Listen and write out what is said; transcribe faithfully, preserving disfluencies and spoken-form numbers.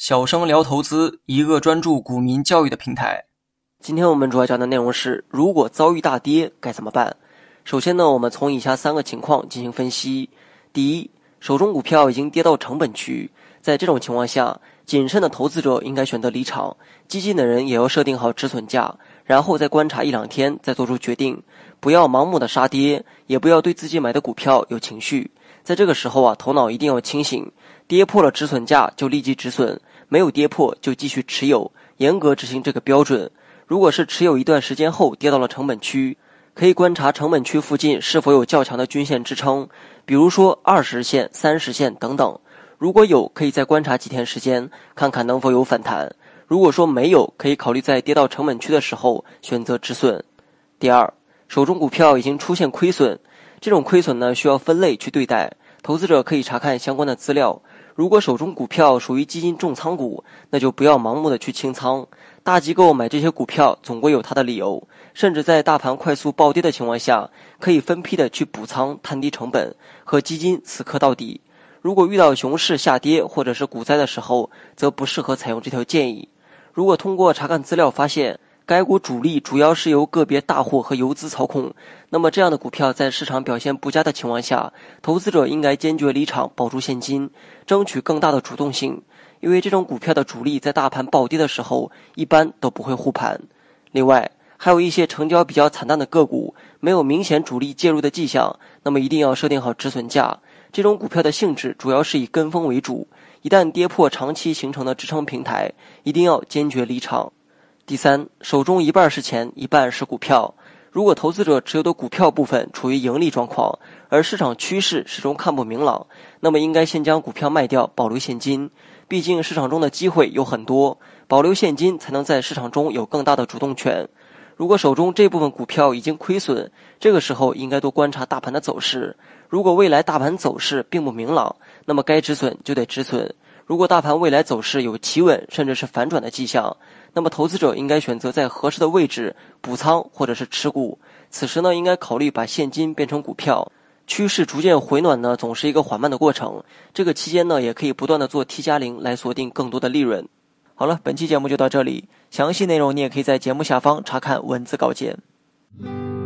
小生聊投资，一个专注股民教育的平台。今天我们主要讲的内容是，如果遭遇大跌该怎么办？首先呢，我们从以下三个情况进行分析。第一，手中股票已经跌到成本区，在这种情况下，谨慎的投资者应该选择离场，激进的人也要设定好止损价，然后再观察一两天再做出决定，不要盲目的杀跌，也不要对自己买的股票有情绪。在这个时候啊，头脑一定要清醒，跌破了止损价就立即止损，没有跌破就继续持有，严格执行这个标准。如果是持有一段时间后跌到了成本区，可以观察成本区附近是否有较强的均线支撑，比如说二十线、三十线等等。如果有，可以再观察几天时间，看看能否有反弹。如果说没有，可以考虑在跌到成本区的时候选择止损。第二，手中股票已经出现亏损，这种亏损呢需要分类去对待，投资者可以查看相关的资料。如果手中股票属于基金重仓股，那就不要盲目的去清仓。大机构买这些股票总归有它的理由，甚至在大盘快速暴跌的情况下，可以分批的去补仓，摊低成本，和基金死磕到底。如果遇到熊市下跌或者是股灾的时候，则不适合采用这条建议。如果通过查看资料发现，该股主力主要是由个别大户和游资操控，那么这样的股票在市场表现不佳的情况下，投资者应该坚决离场，保住现金，争取更大的主动性。因为这种股票的主力在大盘暴跌的时候，一般都不会护盘。另外，还有一些成交比较惨淡的个股，没有明显主力介入的迹象，那么一定要设定好止损价。这种股票的性质主要是以跟风为主，一旦跌破长期形成的支撑平台，一定要坚决离场。第三，手中一半是钱，一半是股票。如果投资者持有的股票部分处于盈利状况，而市场趋势始终看不明朗，那么应该先将股票卖掉，保留现金。毕竟市场中的机会有很多，保留现金才能在市场中有更大的主动权。如果手中这部分股票已经亏损，这个时候应该多观察大盘的走势。如果未来大盘走势并不明朗，那么该止损就得止损。如果大盘未来走势有企稳甚至是反转的迹象，那么投资者应该选择在合适的位置补仓或者是持股。此时呢，应该考虑把现金变成股票。趋势逐渐回暖呢，总是一个缓慢的过程。这个期间呢，也可以不断的做 T 加零来锁定更多的利润。好了，本期节目就到这里，详细内容你也可以在节目下方查看文字稿件。